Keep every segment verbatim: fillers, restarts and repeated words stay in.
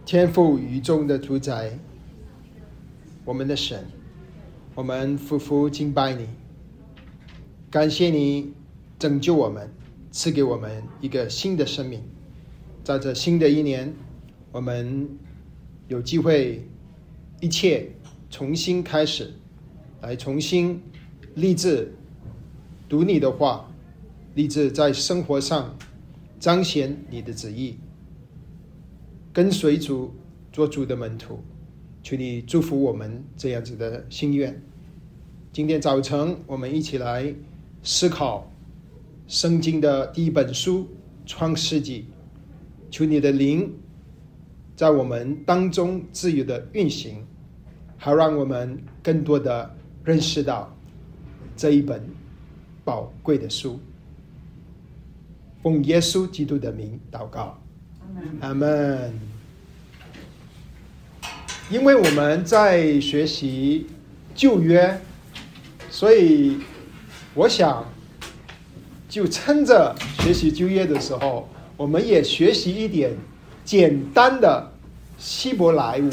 天父宇宙的主宰，我们的神，我们夫妇敬拜你，感谢你拯救我们，赐给我们一个新的生命。在这新的一年，我们有机会一切重新开始，来重新立志读你的话，立志在生活上彰显你的旨意，跟随主，做主的门徒。求你祝福我们这样子的心愿。今天早晨我们一起来思考圣经的第一本书创世纪，求你的灵在我们当中自由的运行，好让我们更多的认识到这一本宝贵的书。奉耶稣基督的名祷告，阿们。因为我们在学习旧约，所以我想就趁着学习旧约的时候，我们也学习一点简单的希伯来文，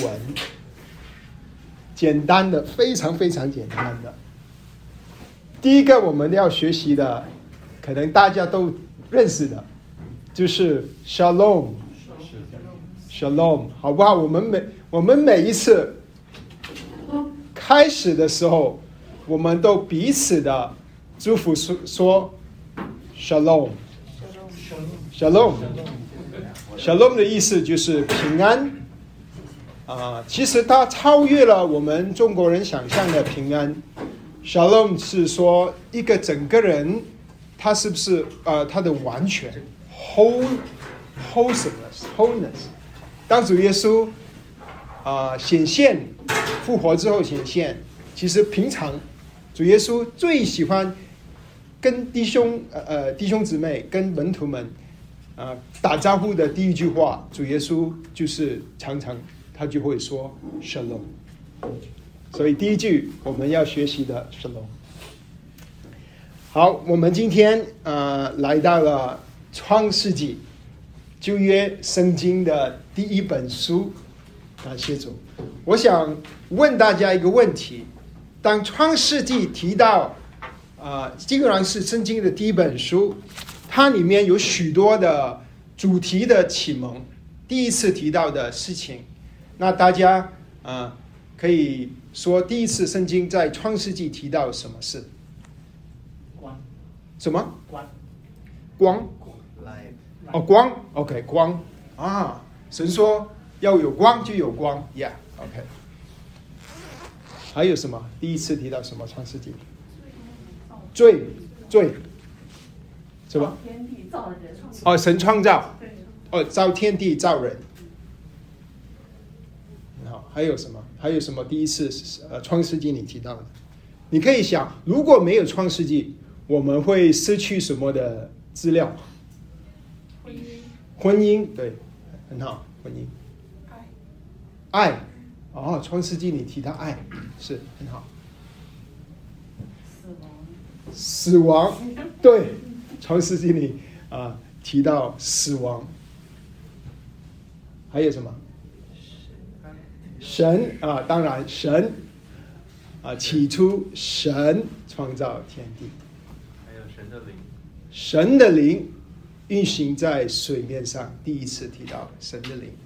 简单的，非常非常简单的。第一个我们要学习的，可能大家都认识的，就是 Shalom， Shalom， 好不好？我们每我们每一次开始的时候，我们都彼此的祝福说说 Shalom， Shalom， Shalom 的意思就是平安啊、呃，其实它超越了我们中国人想象的平安。Shalom 是说一个整个人，他是不是呃他的完全 whole wholesomeness wholeness。当主耶稣啊、呃、显现复活之后显现，其实平常主耶稣最喜欢跟弟兄呃呃弟兄姊妹跟门徒们啊、呃、打招呼的第一句话，主耶稣就是常常他就会说 Shalom。所以第一句我们要学习的 Shalom。好，我们今天呃来到了创世纪，旧约圣经的第一本书。感谢主。我想问大家一个问题：当创世纪提到啊、呃，基本上是圣经的第一本书，它里面有许多的主题的启蒙，第一次提到的事情。那大家啊、呃、可以说第一次圣经在创世纪提到什么事？ 光。 什么？ 光。 光。哦，光。OK， 光啊！神说要有光就有光 ，Yeah，OK、okay。还有什么？第一次提到什么？创世纪？罪，罪，什么？ 天地造人。 哦，神创造。哦，造天地造人。好，还有什么？还有什么？第一次呃，创世纪你提到的？你可以想，如果没有创世纪，我们会失去什么的资料？ 婚姻。 婚姻，对，很好，婚姻。 爱。 爱，哦，创世纪你提到爱，是很好。 死亡。 死亡，对，创世纪里啊、呃、提到死亡。还有什么？神啊、呃，当然神啊、呃，起初神创造天地。 还有神的灵。 神的灵运行在水面上，第一次提到神的灵。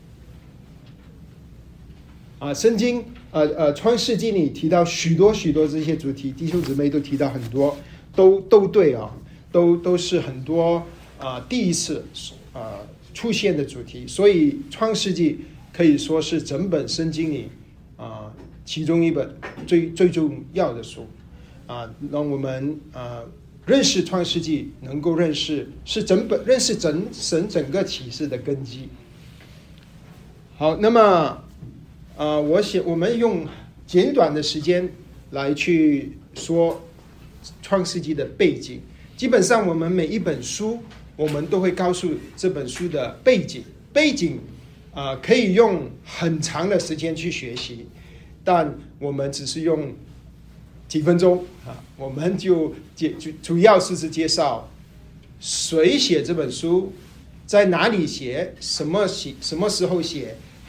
啊，圣经呃呃创世纪里提到许多许多这些主题，弟兄姊妹都提到很多，都都对啊，都都是很多啊、呃、第一次啊、呃、出现的主题，所以创世纪可以说是整本圣经里啊、呃、其中一本最最重要的书啊、呃，让我们啊、呃、认识创世纪，能够认识是整本认识整神整个启示的根基。好，那么。啊、呃，我想我们用简短的时间来去说创世纪的背景。基本上我们每一本书，我们都会告诉这本书的背景。背景啊、呃，可以用很长的时间去学习，但我们只是用几分钟啊，我们就介主主要是是介绍谁写这本书，在哪里写，什么写，什么时候写。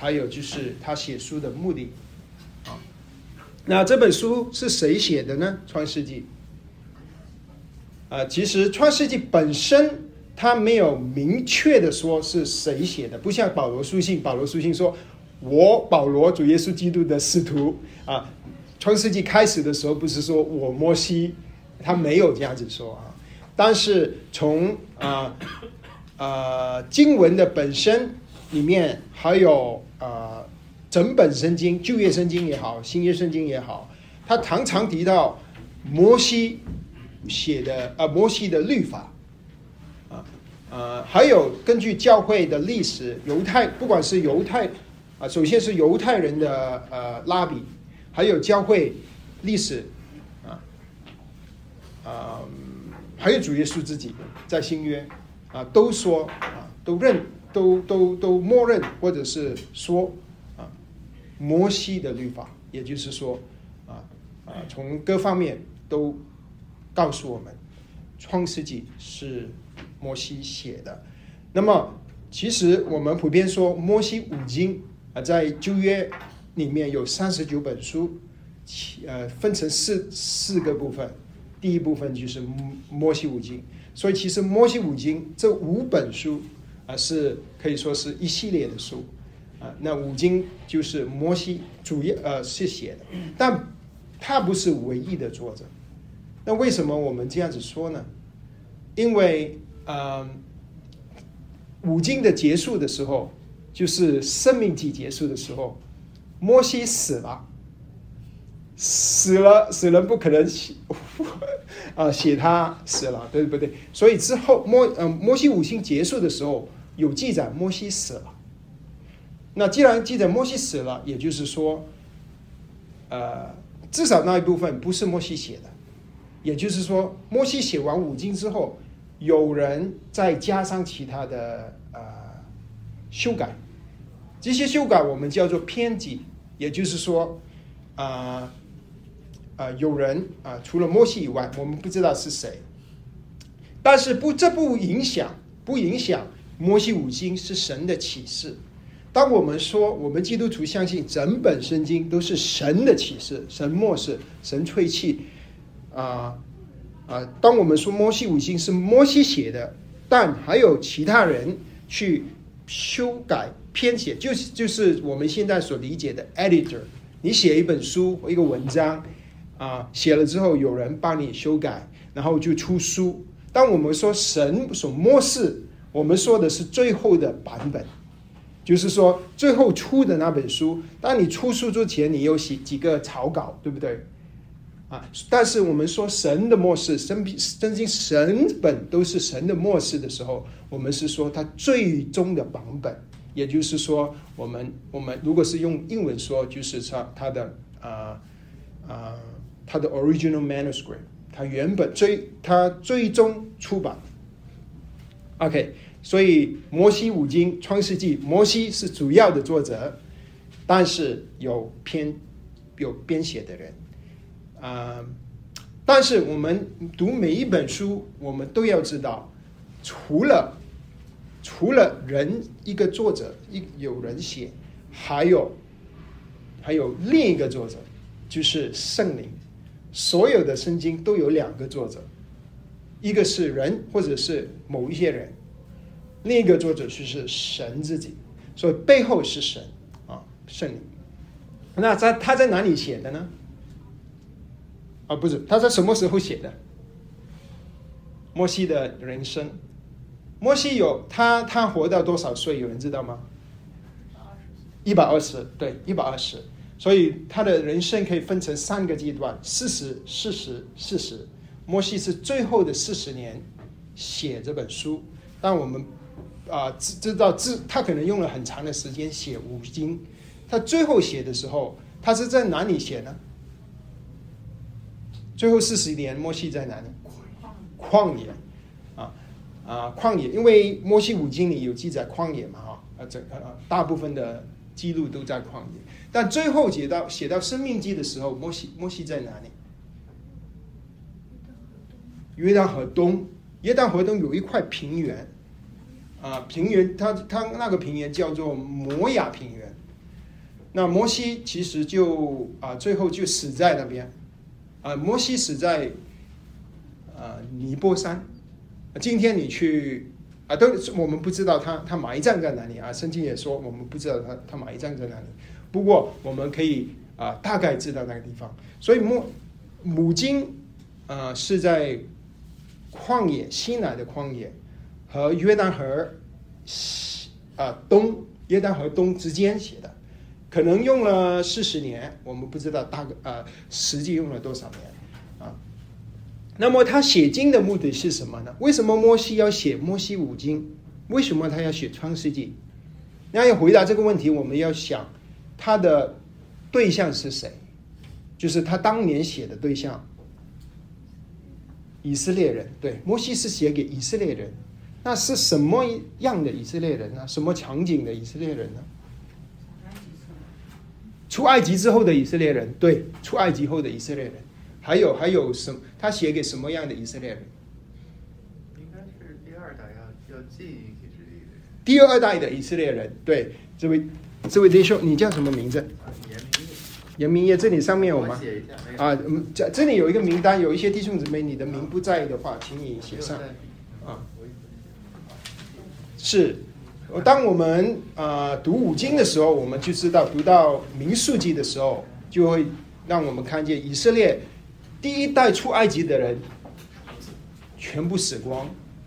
还有就是他写书的目的。啊，那这本书是谁写的呢？创世纪。啊，其实创世纪本身他没有明确的说是谁写的，不像保罗书信，保罗书信说我保罗主耶稣基督的使徒啊。创世纪开始的时候不是说我摩西，他没有这样子说啊。但是从啊呃经文的本身里面，还有呃整本圣经，旧约圣经也好，新约圣经也好，他常常提到摩西写的呃摩西的律法啊呃还有根据教会的历史，犹太不管是犹太啊、呃，首先是犹太人的呃拉比，还有教会历史啊啊、呃，还有主耶稣自己在新约啊都说啊都认都都都默认或者是说啊摩西的律法，也就是说啊啊从各方面都告诉我们，创世纪是摩西写的。那么，其实我们普遍说摩西五经啊，在旧约里面有三十九本书，呃，分成四四个部分。第一部分就是摩西五经，所以其实摩西五经这五本书啊，是可以说是一系列的书啊。那五经就是摩西主要呃是写的，但他不是唯一的作者。那为什么我们这样子说呢？因为呃，五经的结束的时候，就是生命记结束的时候，摩西死了，死了，死人不可能写啊、呃、写他死了，对不对？所以之后摩呃摩西五经结束的时候，有记载摩西死了。那既然记载摩西死了，也就是说，呃，至少那一部分不是摩西写的。也就是说，摩西写完五经之后，有人再加上其他的呃修改，这些修改我们叫做编辑。也就是说，啊、呃、啊、呃，有人啊、呃，除了摩西以外，我们不知道是谁，但是不，这不影响，不影响摩西五经是神的启示。当我们说我们基督徒相信整本圣经都是神的启示，神默示，神吹气。啊啊！当我们说摩西五经是摩西写的，但还有其他人去修改编写，就是就是我们现在所理解的 editor。你写一本书或一个文章啊，写了之后有人帮你修改，然后就出书。当我们说神所默示，我们说的是最后的版本，就是说最后出的那本书。当你出书之前，你有写几个草稿，对不对？啊，但是我们说神的默示，神真经神本都是神的默示的时候，我们是说它最终的版本，也就是说，我们我们如果是用英文说，就是它它的啊啊它的 original manuscript， 它原本最它最终出版。OK， 所以摩西五经创世纪，摩西是主要的作者，但是有编有编写的人。啊、呃，但是我们读每一本书，我们都要知道，除了除了人一个作者一有人写，还有还有另一个作者，就是圣灵。所有的圣经都有两个作者，一个是人或者是某一些人，另一个作者就是神自己，所以背后是神啊，圣灵。那在他在哪里写的呢？啊，不是，他在什么时候写的？摩西的人生，摩西有他他活到多少岁？有人知道吗？一百二十，对，一百二十。所以他的人生可以分成三个阶段：四十、四十、四十。摩西是最后的四十年写这本书，但我们啊、呃、知知道知他可能用了很长的时间写五经。他最后写的时候，他是在哪里写呢？最后四十年，摩西在哪里？旷野，啊啊，旷野，因为摩西五经里有记载旷野嘛，哈，啊，整呃大部分的记录都在旷野。但最后写到写到申命记的时候，摩西摩西在哪里？约旦河东，约旦河东有一块平原，啊，平原，它它那个平原叫做摩亚平原， 那摩西其实就啊最后就死在那边啊，摩西死在啊尼波山。今天你去啊，都我们不知道他他埋葬在哪里啊，圣经也说我们不知道他他埋葬在哪里。不过我们可以啊大概知道那个地方。所以母母经啊是在旷野西乃的旷野和约旦河啊东约旦河东之间写的，可能用了四十年，我们不知道大概啊实际用了多少年啊。那么他写经的目的是什么呢？为什么摩西要写摩西五经？为什么他要写创世纪？那要回答这个问题，我们要想他的对象是谁，就是他当年写的对象，以色列人。对，摩西是写给以色列人。那是什么样的以色列人呢？什么场景的以色列人呢？出埃及之后的以色列人。对，出埃及后的以色列人。还有还有什么？他写给什么样的以色列人？ 应该是第二代要要进一体之力的人。 第二代的以色列人。对，这位这位弟兄，你叫什么名字？ 啊，严明业。 严明业，这里上面有吗？ 我写一下。没有啊，嗯这这里有一个名单，有一些弟兄姊妹，你的名不在的话，请你写上。啊，是。当我们呃读五经的时候，我们就知道，读到民数记的时候，就会让我们看见以色列第一代出埃及的人全部死光，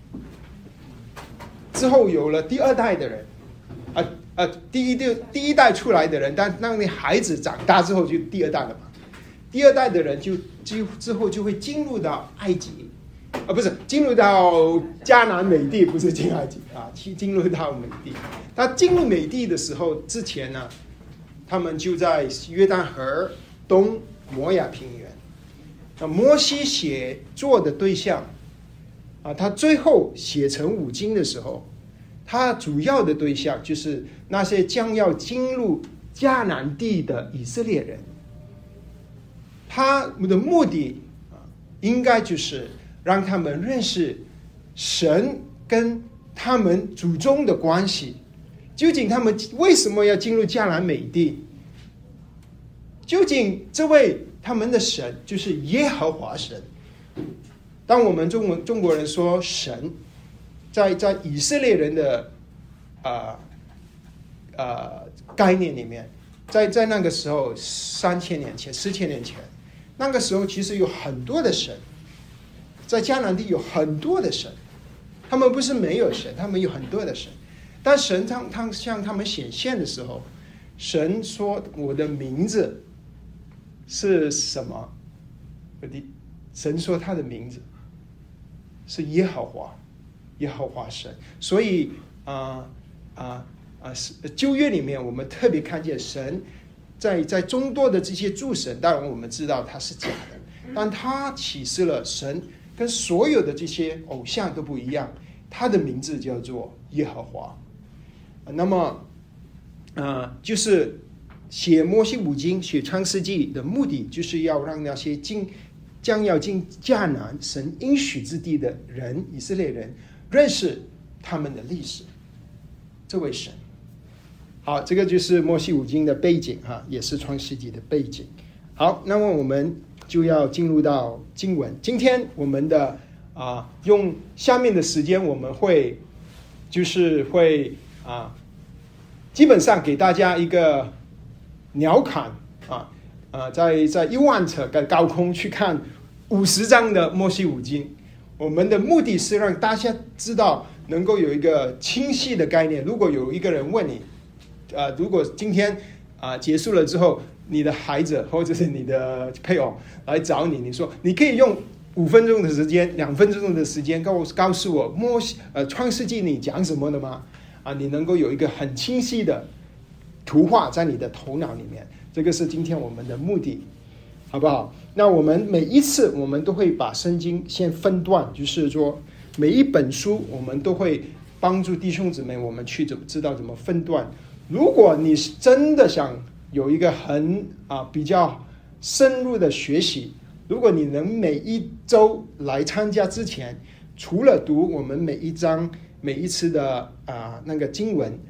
之后有了第二代的人，啊、呃、啊，第一代第一代出来的人，但当你孩子长大之后就第二代了嘛，第二代的人就之之后就会进入到埃及，啊不是进入到迦南美地，不是进埃及啊，进入到美地。他进入美地的时候之前呢，他们就在约旦河东摩亚平原。那摩西写作的对象啊，他最后写成五经的时候，他主要的对象就是那些将要进入迦南地的以色列人。他的目的啊，应该就是让他们认识神跟他们祖宗的关系。究竟他们为什么要进入迦南美地？究竟这位他们的神就是耶和华神。当我们中文中国人说神，在在以色列人的啊呃呃概念里面，在在那个时候三千年前、四千年前，那个时候其实有很多的神，在迦南地有很多的神，他们不是没有神，他们有很多的神。但神当他向他们显现的时候，神说：“我的名字是什么？”神说他的名字是耶和华，耶和华神。所以啊啊啊，旧约里面我们特别看见神在在众多的这些诸神，当然我们知道他是假的，但他启示了神跟所有的这些偶像都不一样，他的名字叫做耶和华。那么，呃，就是写摩西五经、写创世纪的目的，就是要让那些进将要进迦南神应许之地的人，以色列人认识他们的历史，这位神。好，这个就是摩西五经的背景哈，也是创世纪的背景。好，那么我们就要进入到经文。今天我们的啊、呃，用下面的时间，我们会就是会。啊，基本上给大家一个鸟瞰啊，呃，在在一万尺的高空去看五十章的摩西五经。我们的目的是让大家知道，能够有一个清晰的概念。如果有一个人问你，呃，如果今天啊、呃、结束了之后，你的孩子或者是你的配偶来找你，你说你可以用五分钟的时间、两分钟的时间告告诉我摩西呃创世纪你讲什么的吗？啊，你能够有一个很清晰的图画在你的头脑里面，这个是今天我们的目的，好不好？那我们每一次我们都会把圣经先分段，就是说每一本书我们都会帮助弟兄姊妹我们去怎么知道怎么分段。如果你是真的想有一个很啊比较深入的学习，如果你能每一周来参加之前，除了读我们每一章每一次的啊、呃、那个经文，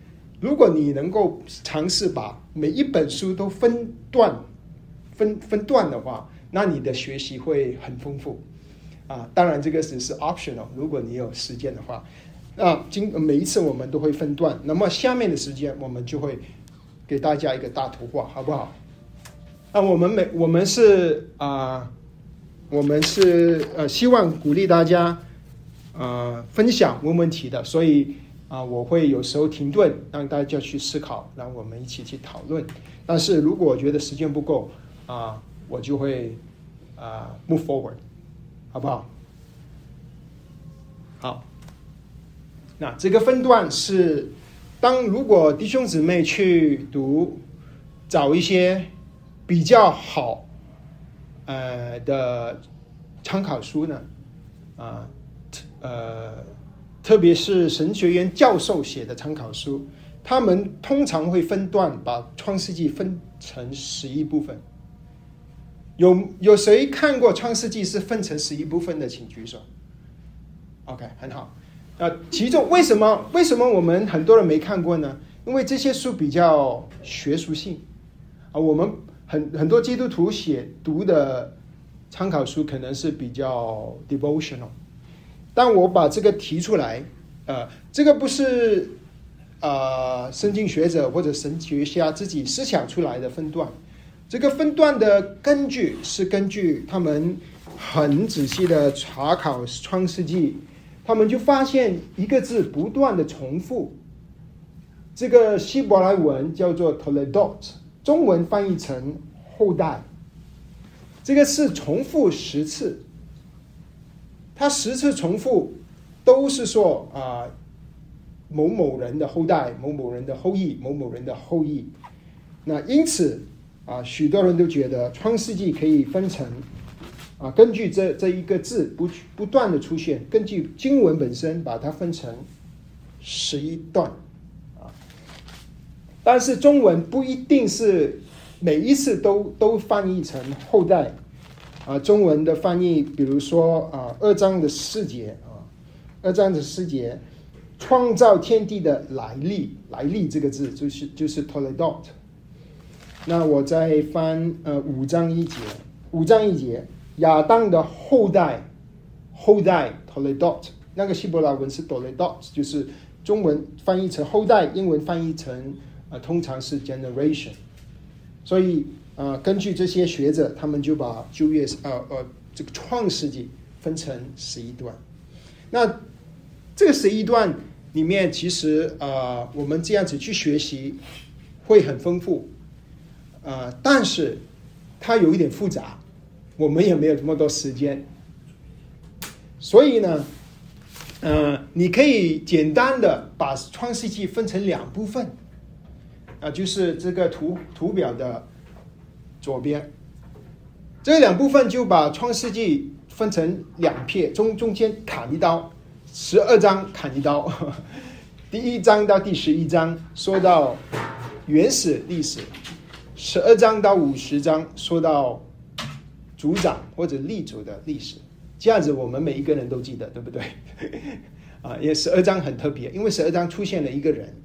如果你能够尝试把每一本书都分段、分分段的话，那你的学习会很丰富啊。当然，这个只是 optional， 如果你有时间的话。啊，今每一次我们都会分段，那么下面的时间我们就会给大家一个大图画，好不好？那我们每我们是啊、呃，我们是呃希望鼓励大家呃分享问问题的，所以啊、呃、我会有时候停顿，让大家去思考，让我们一起去讨论。但是如果我觉得时间不够啊、呃，我就会啊、呃、move forward， 好不好？好。那这个分段是，当如果弟兄姊妹去读，找一些比较好，呃的参考书呢，啊，呃，特别是神学院教授写的参考书，他们通常会分段把创世纪分成十一部分。有有谁看过创世纪是分成十一部分的，请举手。OK， 很好。呃，其中为什么为什么我们很多人没看过呢？因为这些书比较学术性啊，我们很很多基督徒写读的参考书可能是比较 devotional， 但我把这个提出来，呃，这个不是呃圣经学者或者神学家自己思想出来的分段，这个分段的根据是根据他们很仔细的查考创世纪。他们就发现一个字不断的重复，这个希伯来文叫做 toledot， 中文翻译成后代，这个是重复十次，它十次重复都是说啊、呃、某某人的后代，某某人的后裔，某某人的后裔。那因此啊、呃，许多人都觉得创世纪可以分成。啊，根据这这一个字不不断的出现，根据经文本身把它分成十一段，啊，但是中文不一定是每一次都都翻译成后代，啊，中文的翻译，比如说啊，二章的四节啊，二章的四节，创造天地的来历，来历这个字就是就是 toledot。那我再翻呃五章一节，五章一节。亚当的后代，后代 toledot， 那个希伯来文是 toledot， 就是中文翻译成后代，英文翻译成呃通常是 generation。所以呃根据这些学者，他们就把旧约呃呃这个创世纪分成十一段。那这个十一段里面，其实呃我们这样子去学习会很丰富，呃但是它有一点复杂。我们也没有这么多时间，所以呢，呃，你可以简单的把创世纪分成两部分，啊、呃，就是这个图图表的左边，这两部分就把创世纪分成两片，中中间砍一刀，十二章砍一刀，呵呵第一章到第十一章说到原始历史，十二章到五十章说到族长或者立主的历史，这样子我们每一个人都记得，对不对？啊，也十二章很特别，因为十二章出现了一个人，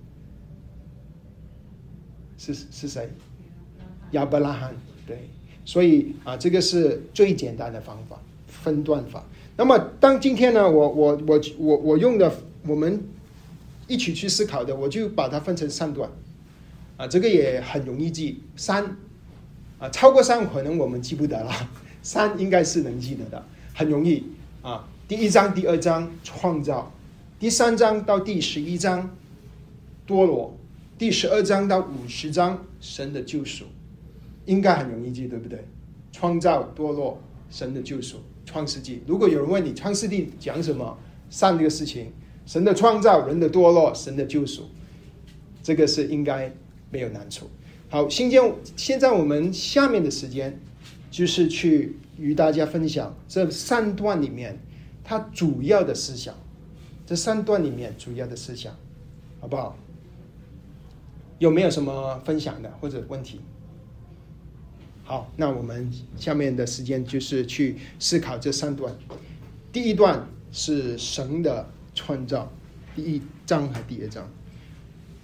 是是谁？亚伯拉罕，对，所以啊，这个是最简单的方法，分段法。那么，当今天呢，我我我我我用的，我们一起去思考的，我就把它分成三段，啊，这个也很容易记，三。啊，超过三可能我们记不得了，三应该是能记得的，很容易啊。第一章、第二章创造，第三章到第十一章多罗，第十二章到五十章神的救赎，应该很容易记，对不对？创造、多罗、神的救赎，创世纪。如果有人问你创世纪讲什么，三个事情：神的创造、人的堕落、神的救赎，这个是应该没有难处。好，现在现在我们下面的时间就是去与大家分享这三段里面它主要的思想，这三段里面主要的思想，好不好？有没有什么分享的或者问题？好，那我们下面的时间就是去思考这三段。第一段是神的创造，第一章和第二章。 我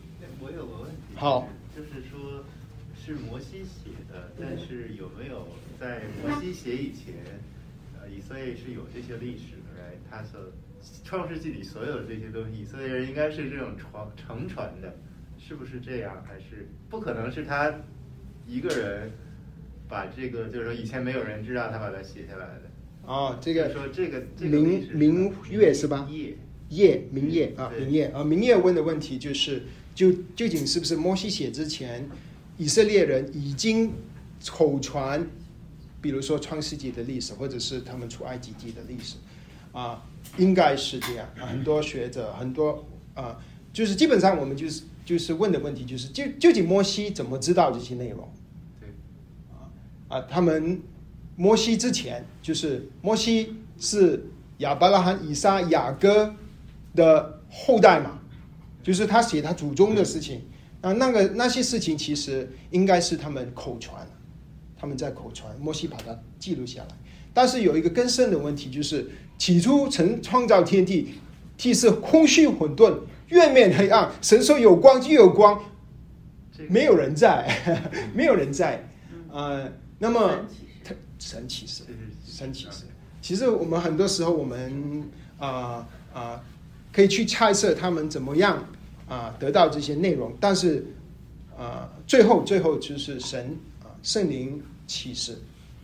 我有个问题， 好， 就是说，是摩西写的，但是有没有在摩西写以前，呃，以色列是有这些历史的，right？他所创世纪里所有的这些东西，以色列人应该是这种传承传的，是不是这样？还是不可能是他一个人把这个，就是说以前没有人知道他把它写下来的？ 哦，这个说这个这个明明月是吧？ 夜夜明夜啊， 对明夜啊，明夜问的问题就是，就究竟是不是摩西写之前，以色列人已经口传，比如说创世纪的历史，或者是他们出埃及记的历史，啊，应该是这样啊。很多学者，很多啊，就是基本上我们就是就是问的问题就是，究究竟摩西怎么知道这些内容？ 对， 啊啊，他们摩西之前就是摩西是亚伯拉罕、以撒、雅各的后代嘛，就是他写他祖宗的事情啊，那个那些事情其实应该是他们口传，他们在口传，摩西把它记录下来。但是有一个更深的问题，就是起初曾创造天地，地是空虚混沌，月面黑暗，神说有光就有光，没有人在，没有人在，呃，那么神启示，神启示。其实我们很多时候我们啊啊、呃呃、可以去猜测他们怎么样啊、呃、得到这些内容，但是啊、呃、最后最后就是神啊、呃、圣灵启示，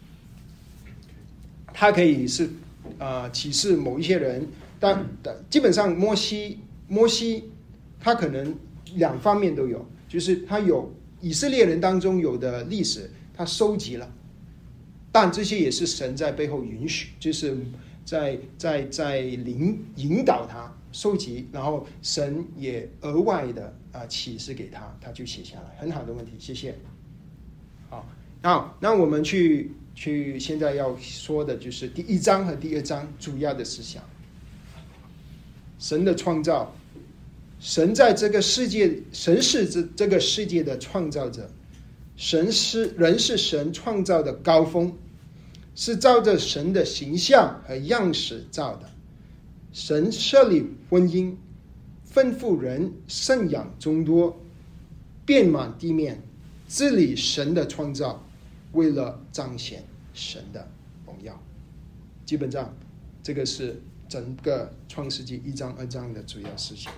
他可以是啊、呃、启示某一些人，但基本上摩西摩西他可能两方面都有，就是他有以色列人当中有的历史他收集了。但这些也是神在背后允许，就是在在在领引导他收集，然后神也额外的啊、呃、启示给他，他就写下来。很好的问题，谢谢。好，那那我们去去现在要说的就是第一章和第二章主要的思想。神的创造，神在这个世界，神是这这个世界的创造者。神是人是神创造的高峰，是照着神的形象和样式造的。神设立婚姻，吩咐人生养众多，遍满地面，治理神的创造，为了彰显神的荣耀。基本上这个是整个创世纪一章二章的主要思想。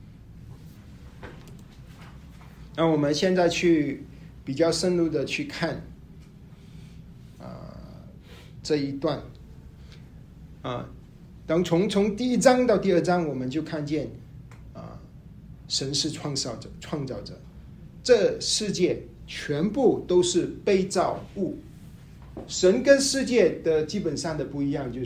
那我们现在去比较深入的去看啊、呃、这一段啊、呃，当从从第一章到第二章，我们就看见啊、呃、神是创造者，创造者，这世界全部都是被造物。神跟世界的基本上的不一样，就是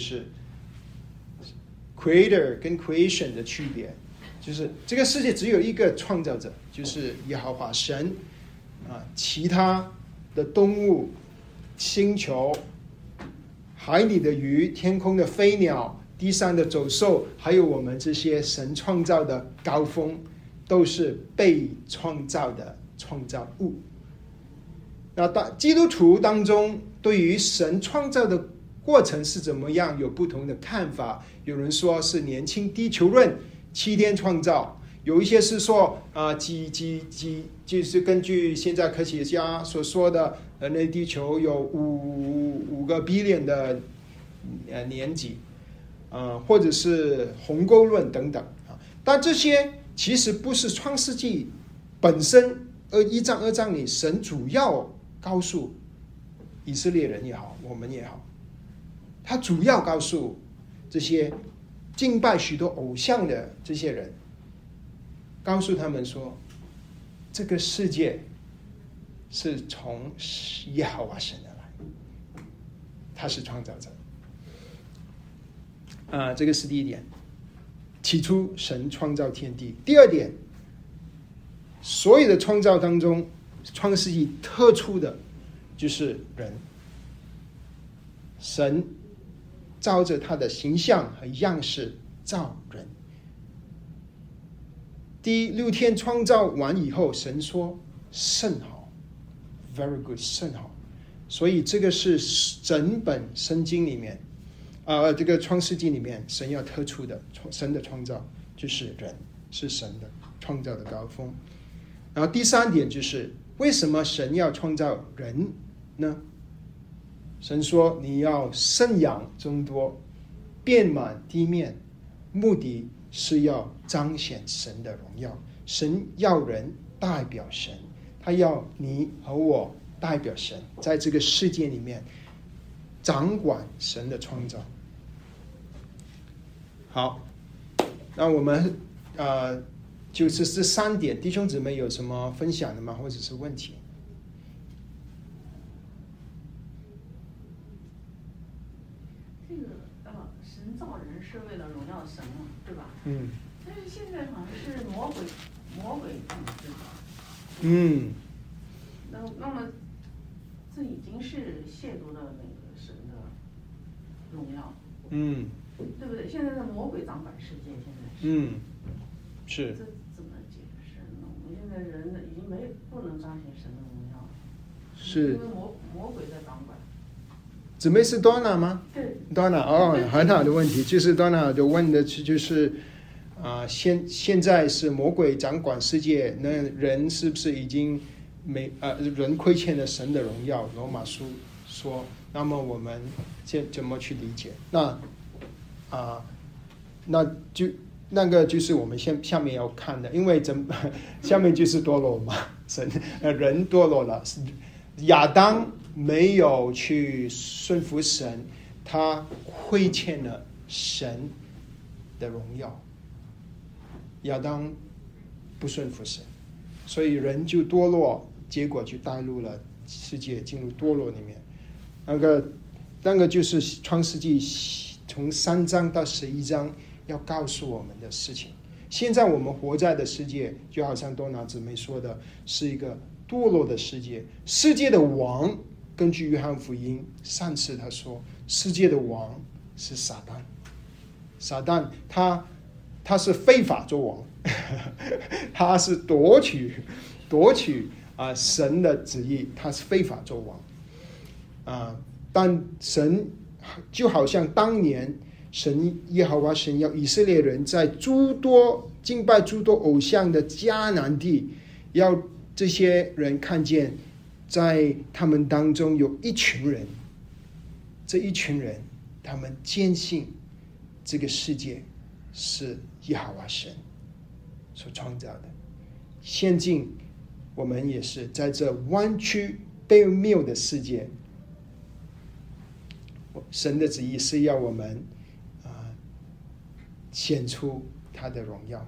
creator 跟 creation 的区别，就是这个世界只有一个创造者，就是耶和华神。啊，其他的动物、星球、海里的鱼、天空的飞鸟、地上的走兽，还有我们这些神创造的高峰，都是被创造的创造物。那当基督徒当中，对于神创造的过程是怎么样，有不同的看法。有人说是年轻地球论，七天创造。有一些是说啊、呃，几几几，就是根据现在科学家所说的，人类地球有五五个 billion 的呃年纪，呃，或者是鸿沟论等等啊。但这些其实不是创世纪本身，而一章二章里神主要告诉以色列人也好，我们也好，他主要告诉这些敬拜许多偶像的这些人。告诉他们说，这个世界是从耶和华神而来，他是创造者。啊、呃，这个是第一点。起初神创造天地。第二点，所有的创造当中，创世纪特殊的就是人。神照着他的形象和样式造人。第六天创造完以后，神说甚好 ，very good， 甚好。所以这个是整本圣经里面，啊、呃，这个创世纪里面，神要特殊的神的创造，就是人是神的创造的高峰。 然后第三点就是为什么神要创造人呢？神说你要生养众多，遍满地面，目的是要彰显神的荣耀。神要人代表神，他要你和我代表神，在这个世界里面掌管神的创造。好，那我们呃就是这三点，弟兄姊妹有什么分享的吗？或者是问题？ 这个呃，神造人是为了荣耀神嘛，对吧？ 嗯。 但是现在好像是魔鬼，魔鬼统治的。 嗯。 那那么，这已经是亵渎了那个神的荣耀。 嗯。 对不对？现在的魔鬼掌管世界，现在是。 嗯。是。 这怎么解释呢？我们现在人已经没不能彰显神的荣耀了。 是。 因为魔魔鬼在掌管。 姊妹是 Donna 吗？ 对。 Donna 哦，很好的问题，就是 Donna 就问的就是啊、呃，现现在是魔鬼掌管世界，那人是不是已经没呃人亏欠了神的荣耀？罗马书说，那么我们怎怎么去理解？那啊、呃，那就那个就是我们先下面要看的，因为怎下面就是堕落嘛，神呃人堕落了，亚当没有去顺服神，他亏欠了神的荣耀。亚当不顺服神，所以人就堕落，结果就带入了世界进入堕落里面。那个那个就是创世纪从三章到十一章要告诉我们的事情。现在我们活在的世界，就好像多拿姊妹说的，是一个堕落的世界。世界的王，根据约翰福音，上次他说，世界的王是撒旦。撒旦他他是非法作王，他是夺取夺取啊、呃、神的旨意，他是非法作王啊、呃。但神就好像当年神耶和华神要以色列人在诸多敬拜诸多偶像的迦南地，要这些人看见在他们当中有一群人，这一群人他们坚信这个世界是耶和华神所创造的。现今我们也是在这弯曲悖谬的世界，神的旨意是要我们啊、呃、显出他的荣耀。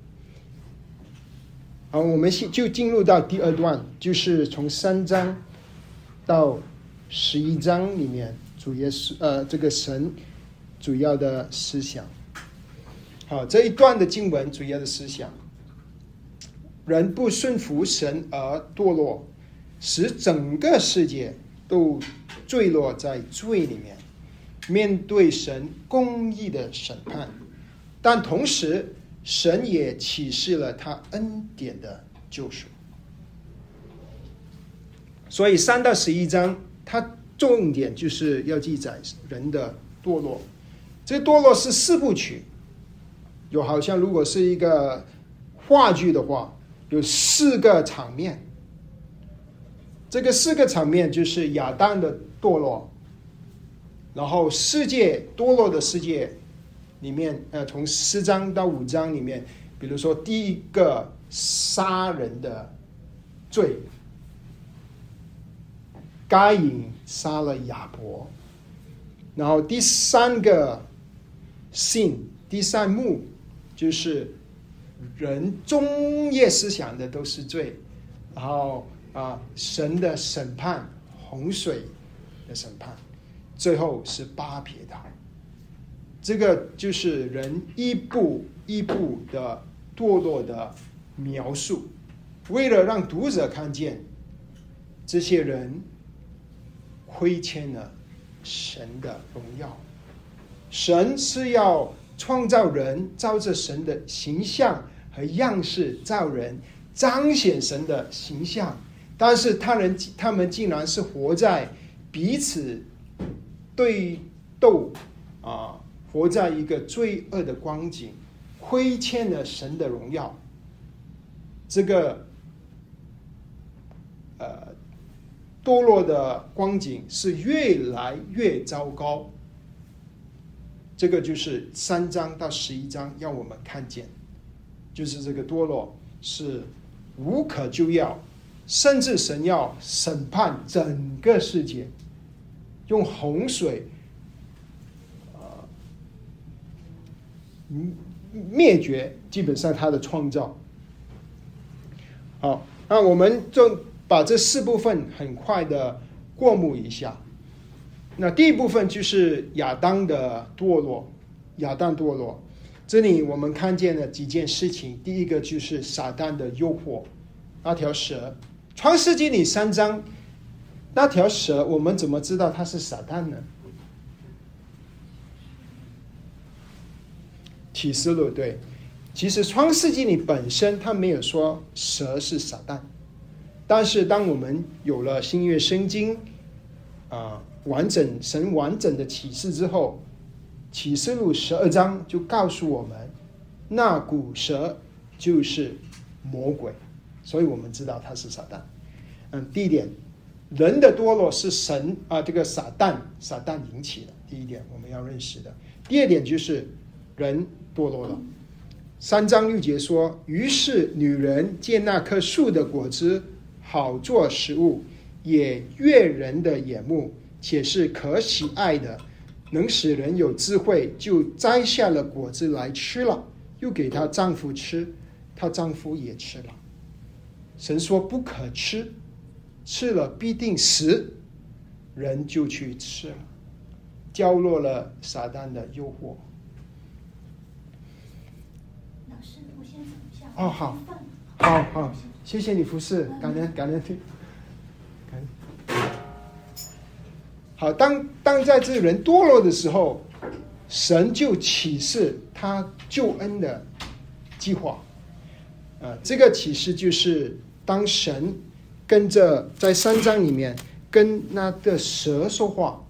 好，我们就进入到第二段，就是从三章到十一章里面主要是呃这个神主要的思想。好，这一段的经文主要的思想，人不顺服神而堕落，使整个世界都坠落在罪里面，面对神公义的审判。但同时神也启示了他恩典的救赎。所以三到十一章它重点就是要记载人的堕落。这个堕落是四部曲，有好像如果是一个话剧的话，有四个场面。这个四个场面就是亚当的堕落，然后世界堕落的世界里面，呃，从四章到五章里面，比如说第一个杀人的罪，该隐杀了亚伯，然后第三个sin，第三幕就是人中叶思想的都是罪，然后啊，神的审判，洪水的审判，最后是巴别塔。这个就是人一步一步的堕落的描述，为了让读者看见这些人亏欠了神的荣耀。神是要创造人，照着神的形象和样式造人，彰显神的形象，但是他人他们竟然是活在彼此对斗啊，活在一个罪恶的光景，亏欠了神的荣耀。这个呃堕落的光景是越来越糟糕。这个就是三章到十一章要我们看见，就是这个堕落是无可救药，甚至神要审判整个世界，用洪水呃灭绝基本上他的创造。好，那我们就把这四部分很快的过目一下。那第一部分就是亚当的堕落，亚当堕落，这里我们看见了几件事情。第一个就是撒旦的诱惑，那条蛇，创世纪里三章那条蛇，我们怎么知道它是撒旦呢？启示录，对，其实创世纪里本身它没有说蛇是撒旦，但是当我们有了新约圣经啊、呃完整神完整的启示之后，启示录十二章就告诉我们，那古蛇就是魔鬼，所以我们知道他是撒旦。嗯，第一点，人的堕落是神啊、呃，这个撒旦撒旦引起的，第一点我们要认识的。第二点就是人堕落了。三章六节说，于是女人见那棵树的果子好做食物，也悦人的眼目，且是可喜爱的，能使人有智慧，就摘下了果子来吃了，又给她丈夫吃，她丈夫也吃了。神说不可吃，吃了必定死，人就去吃了，掉落了撒旦的诱惑。 老师，我先走一下。 哦，好，好好，谢谢你服侍，感恩感恩，感恩。好，当当在这人堕落的时候，神就启示他救恩的计划。呃，这个启示就是当神跟着在三章里面跟那个蛇说话，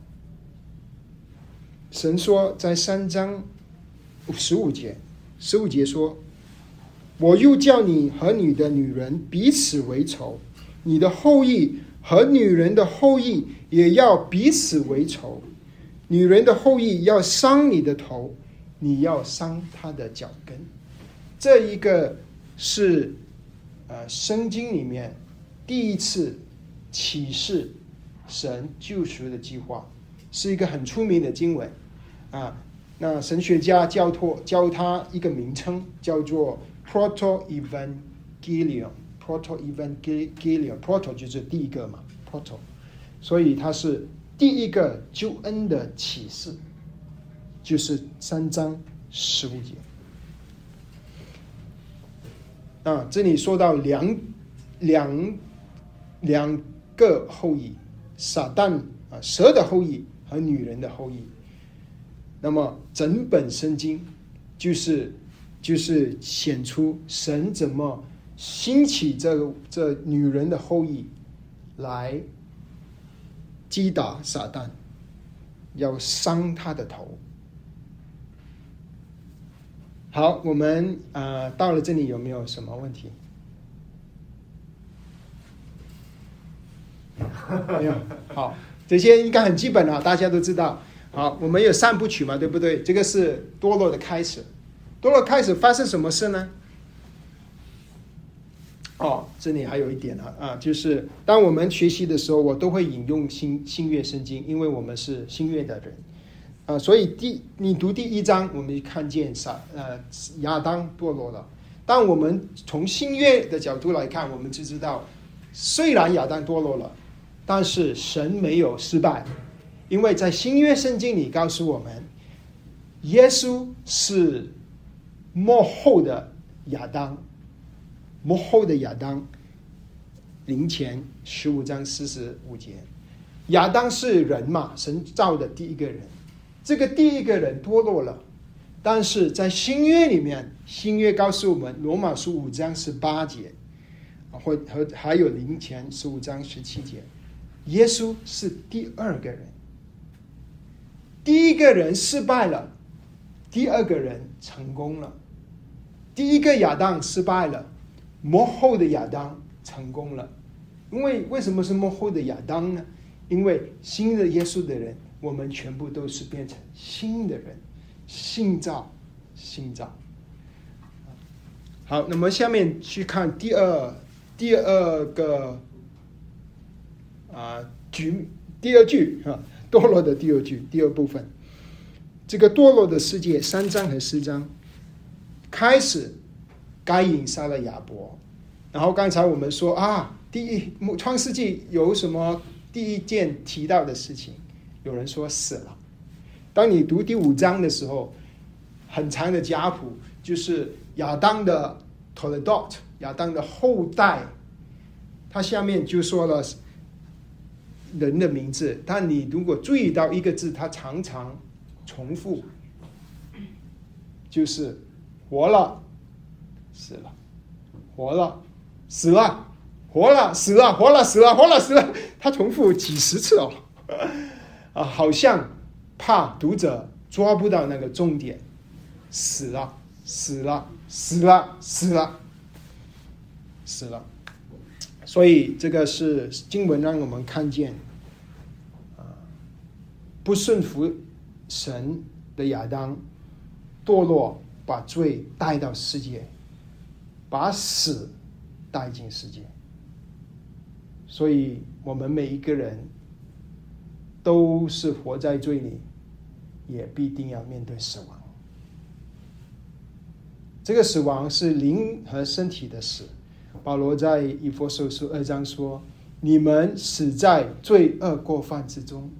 神说在三章十五节，十五节说，我又叫你和你的女人彼此为仇，你的后裔和女人的后裔也要彼此为仇，女人的后裔要伤你的头，你要伤她的脚跟。这一个是呃圣经里面第一次启示神救赎的计划，是一个很出名的经文啊。那神学家教托教他一个名称，叫做 Proto-Evangelion。Proto-Evangelion，Proto 就是第一个嘛 ，Proto， 所以它是第一个救恩的启示，就是三章十五节。啊，这里说到两两两个后裔，撒旦啊蛇的后裔和女人的后裔。那么整本圣经就是就是显出神怎么兴起这个这女人的后裔来击打撒旦，要伤他的头。好，我们呃到了这里有没有什么问题？没有。好，这些应该很基本了，大家都知道。好，我们有三部曲嘛，对不对？这个是堕落的开始。堕落开始发生什么事呢？哦，这里还有一点啊，啊，就是当我们学习的时候，我都会引用新新约圣经，因为我们是新约的人啊，所以第你读第一章，我们看见撒呃亚当堕落了。当我们从新约的角度来看，我们就知道，虽然亚当堕落了，但是神没有失败。因为在新约圣经里告诉我们，耶稣是末后的亚当，末后的亚当，林前十五章四十五节，亚当是人嘛，神造的第一个人，这个第一个人堕落了，但是在新约里面，新约告诉我们，罗马书五章十八节，或和还有林前十五章十七节，耶稣是第二个人。第一个人失败了，第二个人成功了。第一个亚当失败了，末后的亚当成功了。 因为为什么是幕后的亚当呢？因为信了耶稣的人，我们全部都是变成新的人，新造，新造。好，那么下面去看第二第二个啊句，第二句啊，堕落的第二句，第二部分。这个堕落的世界，三章和四章开始，该隐杀了亚伯，然后刚才我们说啊，第一创世纪有什么第一件提到的事情？有人说死了。当你读第五章的时候，很长的家谱就是亚当的 Toledot， 亚当的后代，他下面就说了人的名字，但你如果注意到一个字，他常常重复，就是活了，死了，活了，死了，活了，死了，活了，死了，活了，死了，他重复几十次哦，啊，好像怕读者抓不到那个重点，死了，死了，死了，死了，死了。所以这个是经文让我们看见，啊，不顺服神的亚当堕落，把罪带到世界，把死带进世界。所以我们每一个人都是活在罪里，也必定要面对死亡。这个死亡是灵和身体的死。保罗在以弗所书二章说：“你们死在罪恶过犯之中。”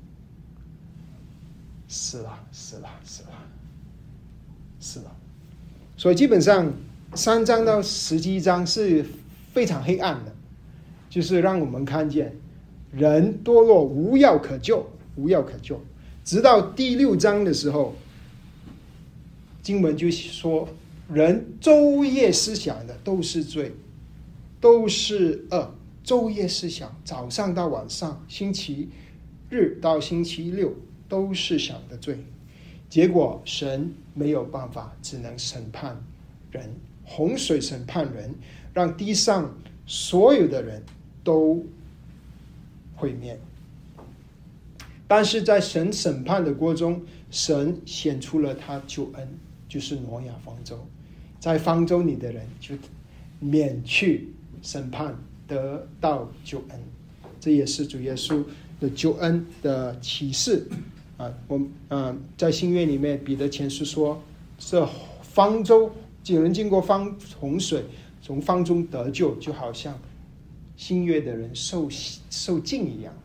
死了，死了，死了，死了。所以基本上三章到十一章是非常黑暗的，就是让我们看见人堕落无药可救，无药可救。直到第六章的时候，经文就说，人昼夜思想的都是罪，都是恶，昼夜思想，早上到晚上，星期日到星期六都是想的罪。结果神没有办法，只能审判人，洪水审判人，让地上所有的人都毁灭。但是在神审判的过程中，神显出了他救恩，就是挪亚方舟，在方舟里的人就免去审判，得到救恩。这也是主耶稣的救恩的启示啊。我啊，在新约里面，彼得前书说，这方舟有人经过方洪水，从方中得救，就好像新约的人受受浸一样。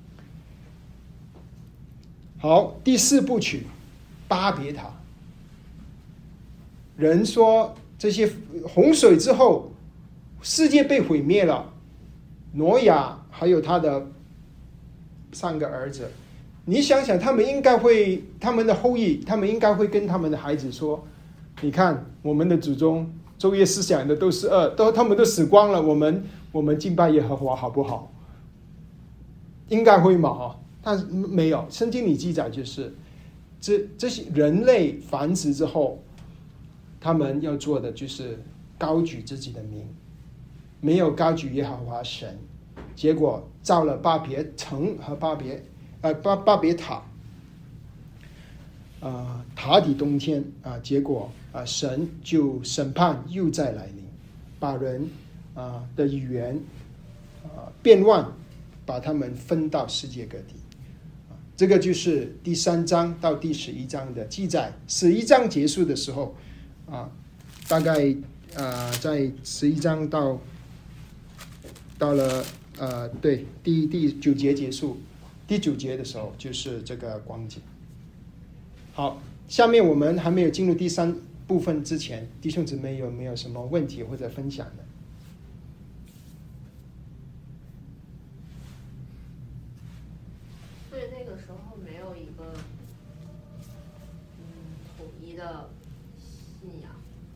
好，第四部曲巴别塔。人说这些洪水之后，世界被毁灭了，挪亚还有他的三个儿子，你想想，他们应该会，他们的后裔，他们应该会跟他们的孩子说：“你看，我们的祖宗昼夜思想的都是恶，都他们都死光了，我们我们敬拜耶和华好不好？”应该会嘛？哈，但是没有。圣经里记载就是，这这些人类繁殖之后，他们要做的就是高举自己的名，没有高举耶和华神，结果造了巴别城和巴别呃巴巴别塔，呃塔底冬天啊、呃，结果啊、呃、神就审判又再来临，把人啊、呃、的语言啊、呃、变乱，把他们分到世界各地。这个就是第三章到第十一章的记载。十一章结束的时候啊，大概呃在十一章到到了呃对第第九节结束，第九节的时候就是这个光景。好，下面我们还没有进入第三部分之前，弟兄姊妹有没有什么问题或者分享的？ 所以那个时候没有一个嗯统一的信仰，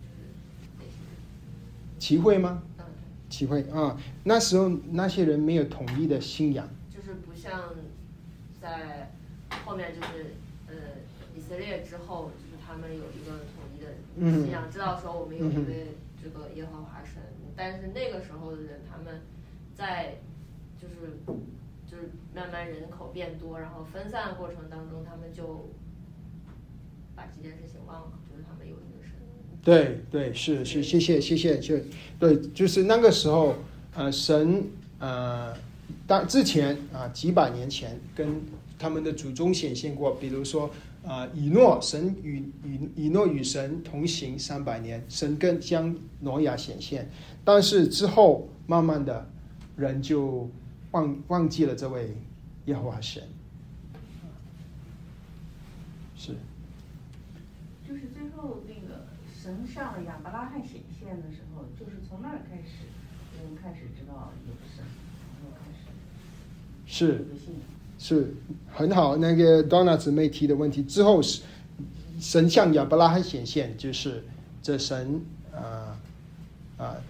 齐会吗？ 嗯， 齐会啊，那时候那些人没有统一的信仰， 就是不像在后面就是呃以色列之后，就是他们有一个统一的信仰，嗯、知道说我们有一位这个耶和华神，嗯、但是那个时候的人他们在就是就是慢慢人口变多，然后分散的过程当中，他们就把这件事情忘了，就是他们有一个神。 对对是是，谢谢谢谢，就对，就是那个时候，呃，神呃，当之前啊、呃、几百年前跟他们的祖宗显现过，比如说啊、呃、以诺，神与以以诺与神同行三百年，神跟将挪亚显现，但是之后慢慢的人就忘忘记了这位耶和华神，是。 就是最后那个神向亚伯拉罕显现的时候，就是从那儿开始，人开始知道有神，然后开始是有信仰。 是很好。那个 Donna 姊妹提的问题之后，是神向亚伯拉罕显现，就是这神啊啊、呃呃、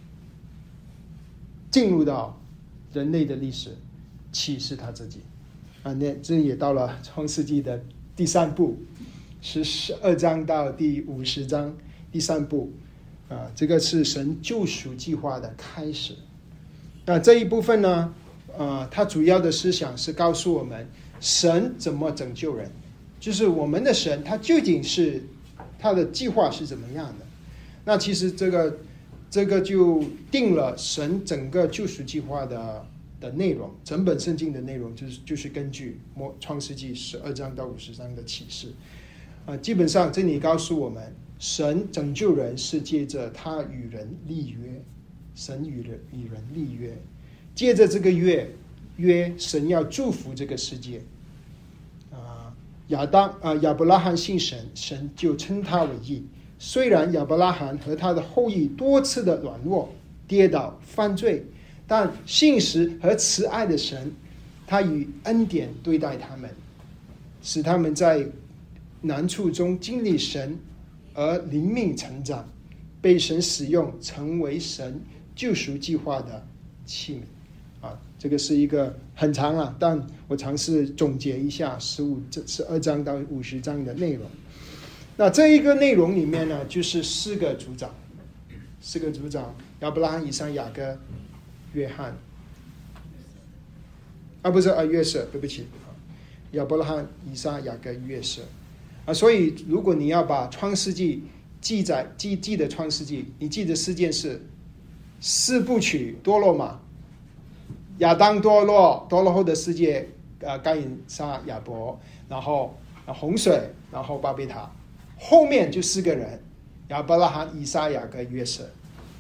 进入到人类的历史，启示他自己啊。那这也到了创世纪的第三部。是十二章到第五十章第三部啊，这个是神救赎计划的开始。那这一部分呢，呃，它主要的思想是告诉我们神怎么拯救人，就是我们的神他究竟是他的计划是怎么样的。那其实这个这个就定了神整个救赎计划的的内容，整本圣经的内容就是就是根据创世纪十二章到五十章的启示。啊，基本上这里告诉我们，神拯救人是借着他与人立约，神与人与人立约，借着这个约约，神要祝福这个世界。啊，亚当啊，亚伯拉罕信神，神就称他为义。虽然亚伯拉罕和他的后裔多次的软弱、跌倒、犯罪，但信实和慈爱的神，他以恩典对待他们，使他们在难处中经历神而灵命成长，被神使用成为神救赎计划的器皿。啊，这个是一个很长啊，但我尝试总结一下十五这十二章到五十章的内容。那这一个内容里面呢，就是四个族长，四个族长：亚伯拉罕、以撒、雅各、约翰。啊，不是啊，约瑟，对不起，亚伯拉罕、以撒、雅各、约瑟。啊，所以如果你要把创世纪记载记记的创世纪，你记得四件事：四部曲堕落嘛，亚当堕落，堕落后的世界，呃，该隐、撒、亚伯，然后、呃、洪水，然后巴别塔，后面就四个人：亚伯拉罕、以撒、雅各、约瑟。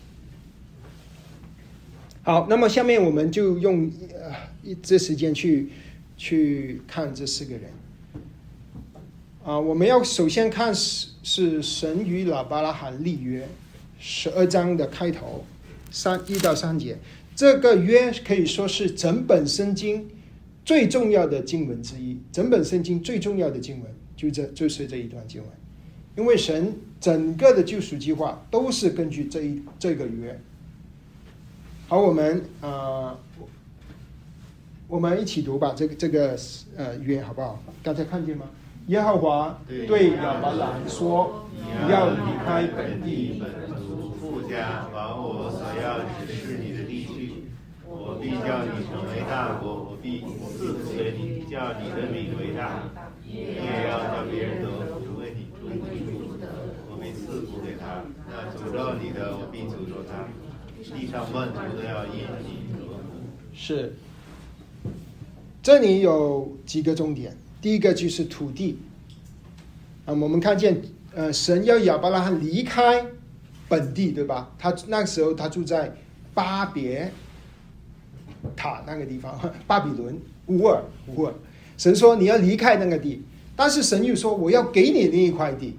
好，那么下面我们就用呃一这时间去去看这四个人。啊、呃，我们要首先看是是神与亚伯拉罕立约，十二章的开头，三一到三节，这个约可以说是整本圣经最重要的经文之一。整本圣经最重要的经文就这就是这一段经文，因为神整个的救赎计划都是根据这一这个约。好，我们呃，我们一起读吧，这个这个呃约好不好？大家看见吗？耶和华对亚伯兰说：“你要离开本地、 本族、父家，往我所要指示你的地去。我必叫你成为大国，我必赐福给你，叫你的名为大。你也要叫别人得福，为你祝福。我必赐福给他。那诅咒你的，我必诅咒他。地上万族都要因你得福。” 是，这里有几个重点。第一个就是土地啊，我们看见呃，神要亚伯拉罕离开本地，对吧？他那个时候他住在巴别塔那个地方，巴比伦乌尔乌尔。神说你要离开那个地，但是神又说我要给你另一块地，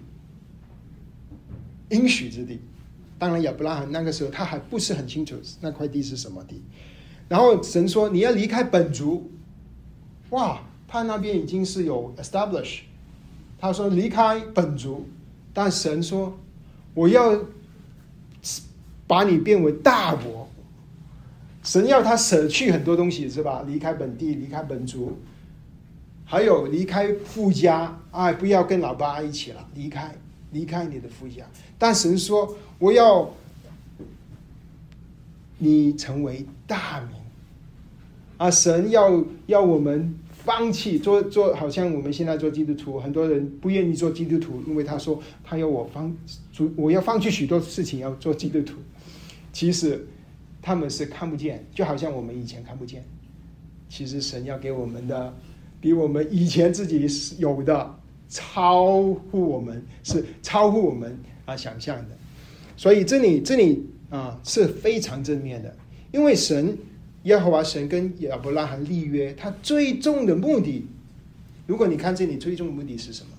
应许之地。当然亚伯拉罕那个时候他还不是很清楚那块地是什么地。然后神说你要离开本族，哇！他那边已经是有 establish， 他说离开本族，但神说我要把你变为大国。神要他舍去很多东西，是吧？离开本地，离开本族，还有离开父家，哎，不要跟老爸一起了，离开离开你的父家。但神说我要你成为大名， 啊，神要要我们放弃做做，好像我们现在做基督徒，很多人不愿意做基督徒，因为他说他要我放，我要放弃许多事情要做基督徒。其实他们是看不见，就好像我们以前看不见。其实神要给我们的，比我们以前自己有的超乎我们，是超乎我们啊想象的。所以这里这里啊是非常正面的，因为神耶和华神跟亚伯拉罕立约，他最终的目的，如果你看这里最终的目的是什么？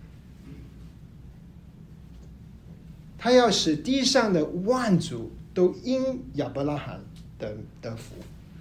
他要使地上的万族都因亚伯拉罕的得福。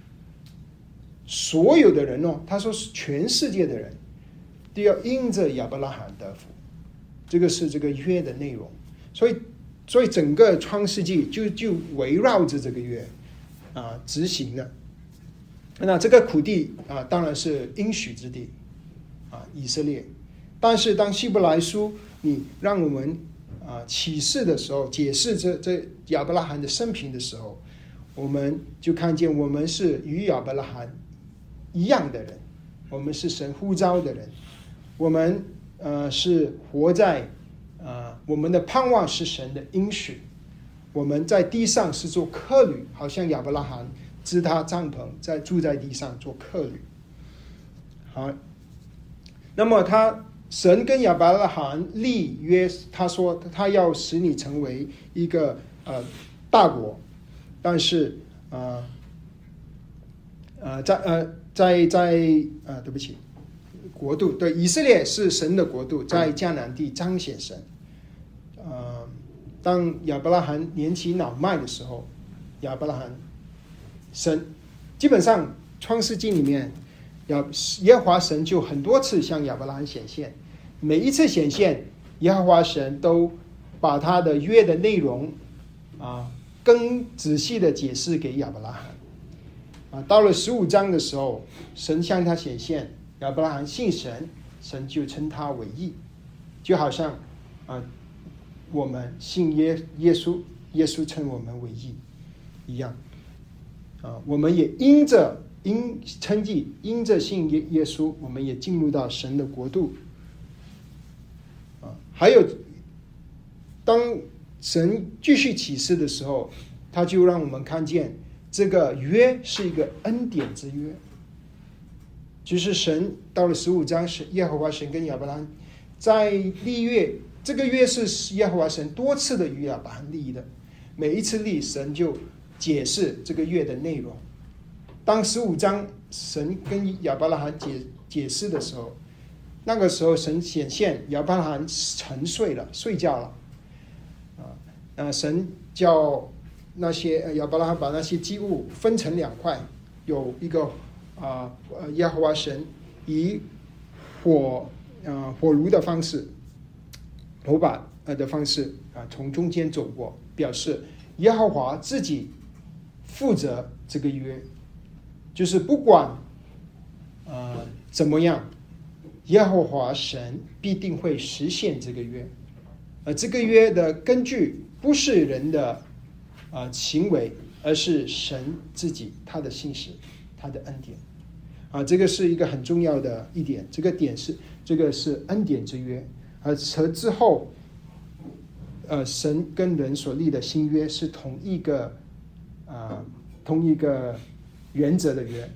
所有的人哦，他说是全世界的人都要因着亚伯拉罕得福，这个是这个约的内容。所以，所以整个创世纪就就围绕着这个约啊执行了。那这个土地啊，当然是应许之地啊，以色列。但是当希伯来书你让我们啊启示的时候，解释这这亚伯拉罕的生平的时候，我们就看见我们是与亚伯拉罕一样的人，我们是神呼召的人，我们呃是活在呃我们的盼望是神的应许，我们在地上是做客旅，好像亚伯拉罕支他帐篷在住在地上做客旅。好，那么他神跟亚伯拉罕立约，他说他要使你成为一个呃大国，但是呃呃在呃在在呃对不起国度，对，以色列是神的国度，在迦南地彰显神。呃，当亚伯拉罕年纪老迈的时候，亚伯拉罕神基本上创世纪里面，耶和华神就很多次向亚伯拉罕显现，每一次显现，耶和华神都把他的约的内容啊更仔细的解释给亚伯拉罕。啊，到了十五章的时候，神向他显现，亚伯拉罕信神，神就称他为义，就好像啊我们信耶耶稣，耶稣称我们为义一样。啊，我们也因着因称义，因着信耶耶稣，我们也进入到神的国度。啊，还有，当神继续启示的时候，他就让我们看见这个约是一个恩典之约，就是神到了十五章，是耶和华神跟亚伯拉罕在立约，这个约是耶和华神多次的与亚伯拉罕立的，每一次立神就解释这个约的内容。当十五章神跟亚伯拉罕解解释的时候，那个时候神显现，亚伯拉罕沉睡了，睡觉了。啊，呃，神叫那些亚伯拉罕把那些祭物分成两块，有一个啊呃耶和华神以火呃火炉的方式，火把呃的方式啊从中间走过，表示耶和华自己负责这个约，就是不管呃怎么样，耶和华神必定会实现这个约，而这个约的根据不是人的啊、呃、行为，而是神自己他的信实，他的恩典啊，这个是一个很重要的一点。这个点是这个是恩典之约，而和之后呃神跟人所立的新约是同一个啊、呃、同一个原则的约。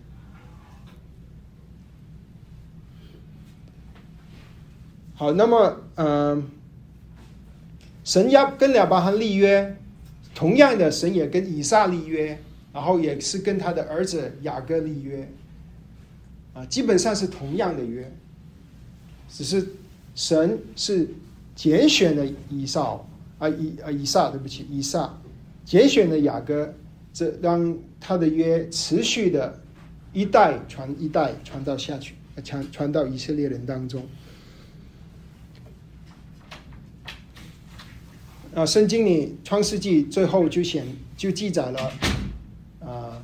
好，那么呃神要跟亚伯拉罕立约，同样的神也跟以撒立约，然后也是跟他的儿子雅各立约啊，基本上是同样的约，只是神是拣选了以扫啊以啊以撒对不起以撒拣选了雅各，这让他的约持续的一代传一代传到下去，传传到以色列人当中。啊，圣经里创世纪最后就显就记载了啊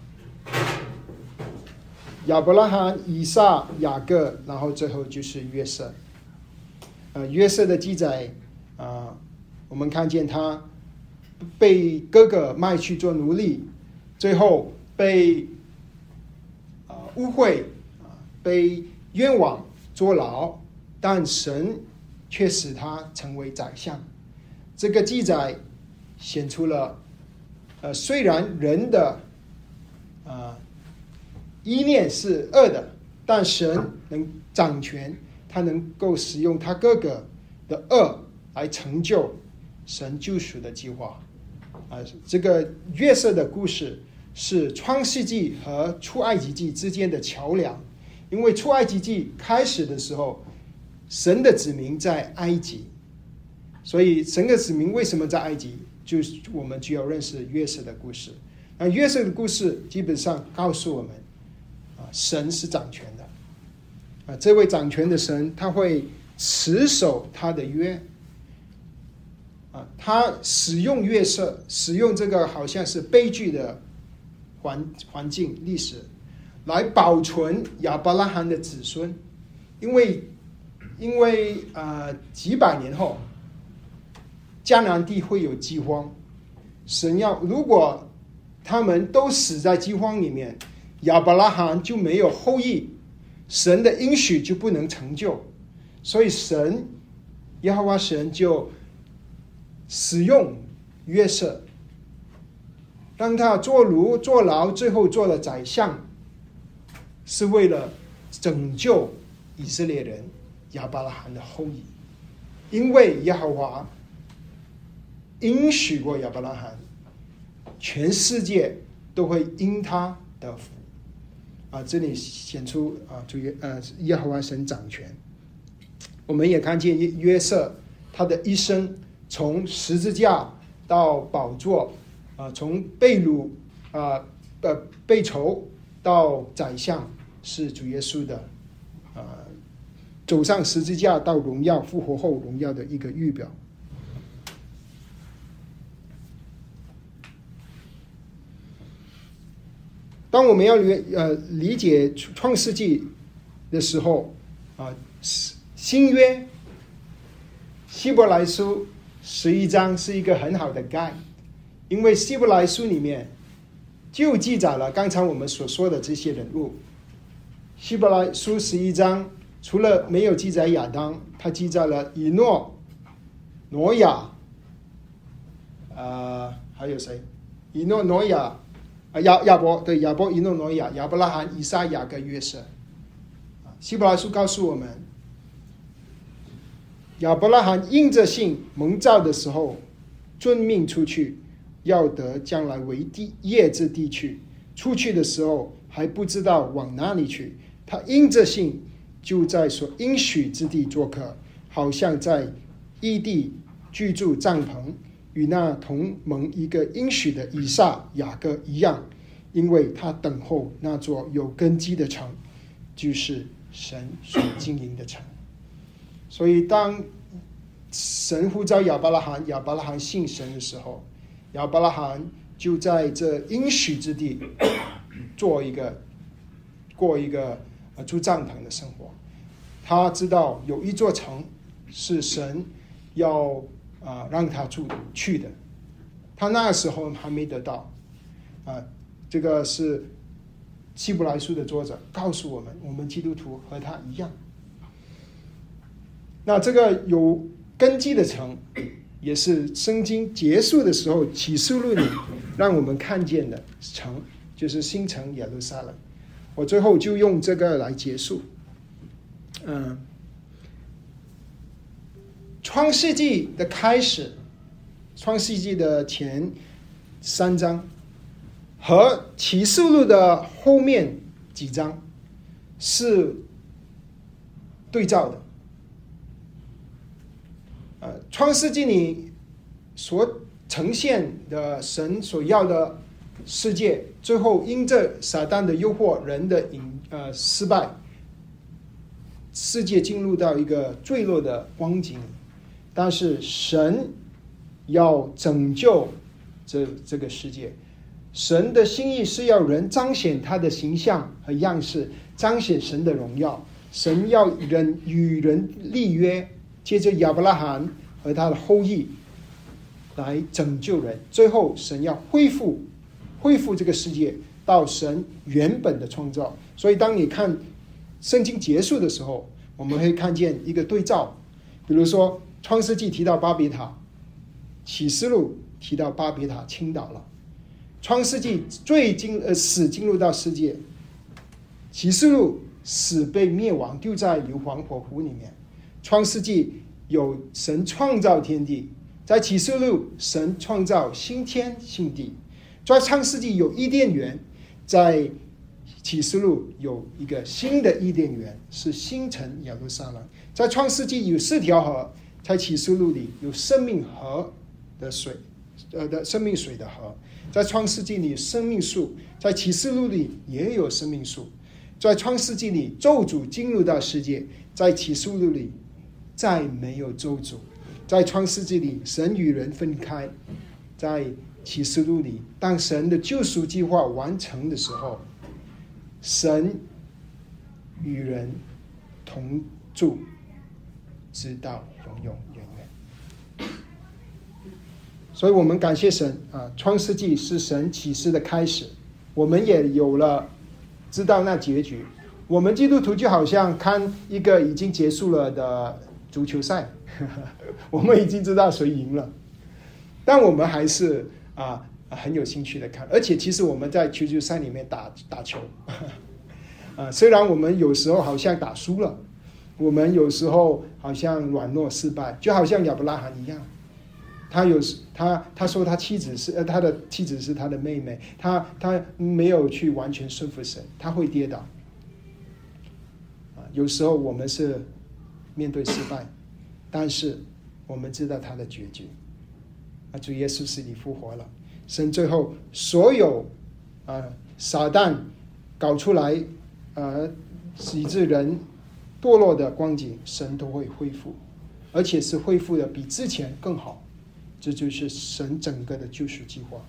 亚伯拉罕、以撒、雅各，然后最后就是约瑟。呃，约瑟的记载啊，我们看见他被哥哥卖去做奴隶，最后被啊污秽啊，被冤枉坐牢，但神却使他成为宰相。这个记载显出了，呃，虽然人的啊、呃、意念是恶的，但神能掌权，他能够使用他哥哥的恶来成就神救赎的计划。啊、呃，这个约瑟的故事是创世纪和出埃及记之间的桥梁，因为出埃及记开始的时候，神的子民在埃及，所以神的子民为什么在埃及，就是我们就要认识约瑟的故事。那约瑟的故事基本上告诉我们，啊，神是掌权的，啊，这位掌权的神他会持守他的约，啊，他使用约瑟，使用这个好像是悲剧的环环境历史，来保存亚伯拉罕的子孙，因为因为呃几百年后，迦南地会有饥荒，神要如果他们都死在饥荒里面，亚伯拉罕就没有后裔，神的应许就不能成就，所以神耶和华神就使用约瑟，让他坐牢坐牢，最后做了宰相，是为了拯救以色列人亚伯拉罕的后裔，因为耶和华应许过亚伯拉罕，全世界都会因他得福。啊，这里显出啊，主呃耶和华神掌权。我们也看见约瑟他的一生，从十字架到宝座，啊，从被掳啊呃被囚到宰相，是主耶稣的啊走上十字架到荣耀复活后荣耀的一个预表。当我们要理呃理解创世纪的时候，啊，新约希伯来书十一章是一个很好的 guide， 因为希伯来书里面就记载了刚才我们所说的这些人物。希伯来书十一章除了没有记载亚当，他记载了以诺、挪亚，呃，还有谁？以诺、挪亚。啊，亚亚伯对亚伯、以诺、挪亚、亚伯拉罕、以撒、雅各、约瑟。希伯来书告诉我们，亚伯拉罕因着信蒙召的时候，遵命出去，要得将来为地业之地去。出去的时候还不知道往哪里去，他因着信就在所应许之地做客，好像在异地居住帐篷，与那同盟一个应许的以撒、雅各一样，因为他等候那座有根基的城，就是神所经营的城。所以当神呼召亚伯拉罕，亚伯拉罕信神的时候，亚伯拉罕就在这应许之地做一个过一个呃住帐篷的生活。他知道有一座城是神要啊、呃，让他住去的，他那个时候还没得到，啊、呃，这个是希伯来书的作者告诉我们，我们基督徒和他一样。那这个有根基的城，也是圣经结束的时候启示录里让我们看见的城，就是新城耶路撒冷。我最后就用这个来结束，嗯、呃。创世纪的开始，创世纪的前三章和启示录的后面几章是对照的。呃，创世纪里所呈现的神所要的世界，最后因着撒旦的诱惑，人的引呃失败，世界进入到一个坠落的光景里。但是神要拯救这这个世界，神的心意是要人彰显他的形象和样式，彰显神的荣耀。神要人与人立约，借着亚伯拉罕和他的后裔来拯救人。最后神要恢复恢复这个世界到神原本的创造， 所以当你看圣经结束的时候，我们会看见一个对照，比如说创世纪提到巴别塔，启示录提到巴别塔倾倒了，创世纪最进呃死进入到世界，启示录死被灭亡，丢在硫磺火湖里面。创世纪有神创造天地，在启示录神创造新天新地。在创世纪有伊甸园，在启示录有一个新的伊甸园，是新城耶路撒冷。在创世纪有四条河，在启示录里有生命河的水，呃的生命水的河。在创世纪里有生命树，在启示录里也有生命树。在创世纪里咒诅进入到世界，在启示录里再没有咒诅。在创世纪里神与人分开，在启示录里当神的救赎计划完成的时候，神与人同住直到永永远远。所以我们感谢神啊！创世纪是神启示的开始，我们也有了知道那结局。我们基督徒就好像看一个已经结束了的足球赛，呵呵，我们已经知道谁赢了，但我们还是啊很有兴趣的看。而且其实我们在球球赛里面打打球，呵呵啊，虽然我们有时候好像打输了，我们有时候好像软弱失败，就好像亚伯拉罕一样。他有他他说他妻子是呃他的妻子是他的妹妹，他他没有去完全顺服神，他会跌倒。啊，有时候我们是面对失败，但是我们知道他的结局。啊，主耶稣使你复活了，神最后所有啊撒旦搞出来呃以致人堕落的光景，神都会恢复，而且是恢复的比之前更好。这就是神整个的救赎计划。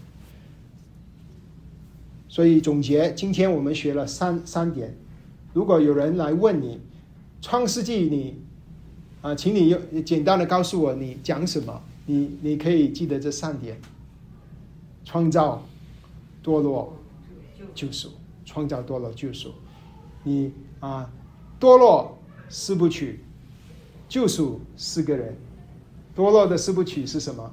所以总结，今天我们学了三三点。如果有人来问你，创世纪你啊，请你简单的告诉我你讲什么，你你可以记得这三点：创造、堕落、救赎。创造、堕落、救赎。你啊，堕落四部曲，救赎四个人。堕落的四部曲是什么？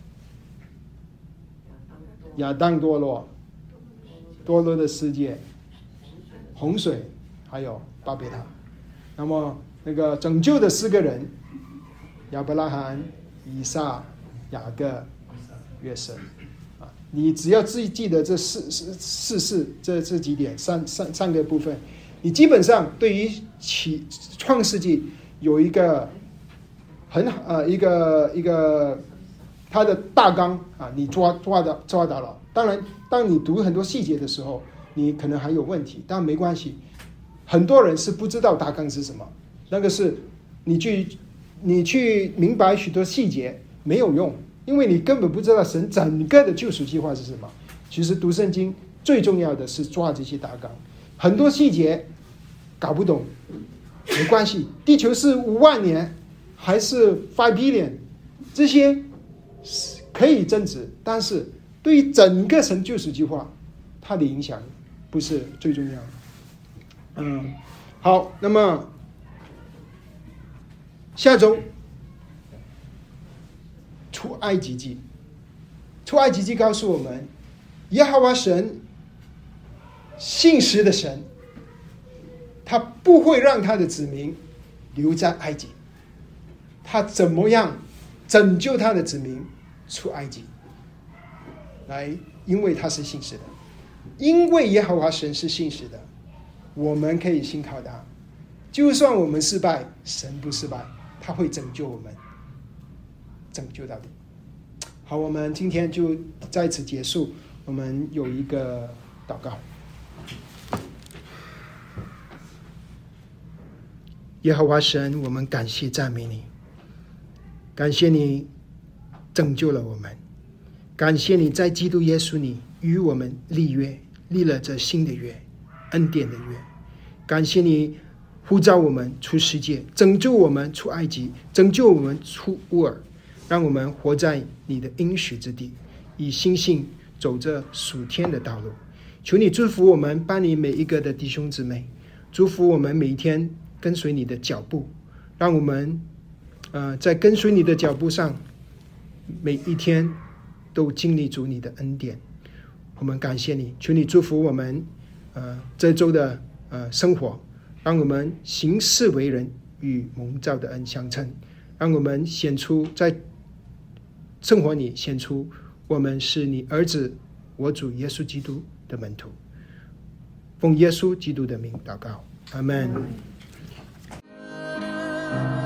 亚当堕落，堕落的世界，洪水，还有巴别塔。那么那个拯救的四个人，亚伯拉罕、以撒、雅各、约瑟。啊，你只要自己记得这四四四四这这几点，三三三个部分，你基本上对于起创世纪有一个很呃一个一个。它的大纲啊，你抓抓到抓到了。当然，当你读很多细节的时候，你可能还有问题，但没关系。很多人是不知道大纲是什么，那个是你去你去明白许多细节没有用，因为你根本不知道神整个的救赎计划是什么。其实读圣经最重要的是抓这些大纲，很多细节搞不懂没关系。地球是五万年还是 five billion， 这些可以争执，但是对于整个神救赎计划，它的影响不是最重要的。嗯，好，那么下周出埃及记，出埃及记告诉我们，耶和华神信实的神，他不会让他的子民留在埃及，他怎么样拯救他的子民出埃及来？因为他是信实的，因为耶和华神是信实的，我们可以信靠他。就算我们失败，神不失败，他会拯救我们，拯救到底。好，我们今天就在此结束。我们有一个祷告。耶和华神，我们感谢赞美你，感谢你拯救了我们，感谢你在基督耶稣里与我们立约，立了这新的约，恩典的约。感谢你呼召我们出世界，拯救我们出埃及，拯救我们出乌尔，让我们活在你的应许之地，以信心走着属天的道路， 求你祝福我们班里每一个的弟兄姊妹，祝福我们每一天跟随你的脚步，让我们呃在跟随你的脚步上，每一天都经历主你的恩典。我们感谢你，求你祝福我们呃这周的呃生活，让我们行事为人与蒙召的恩相称，让我们显出在生活里显出我们是你儿子我主耶稣基督的门徒。奉耶稣基督的名祷告，阿们。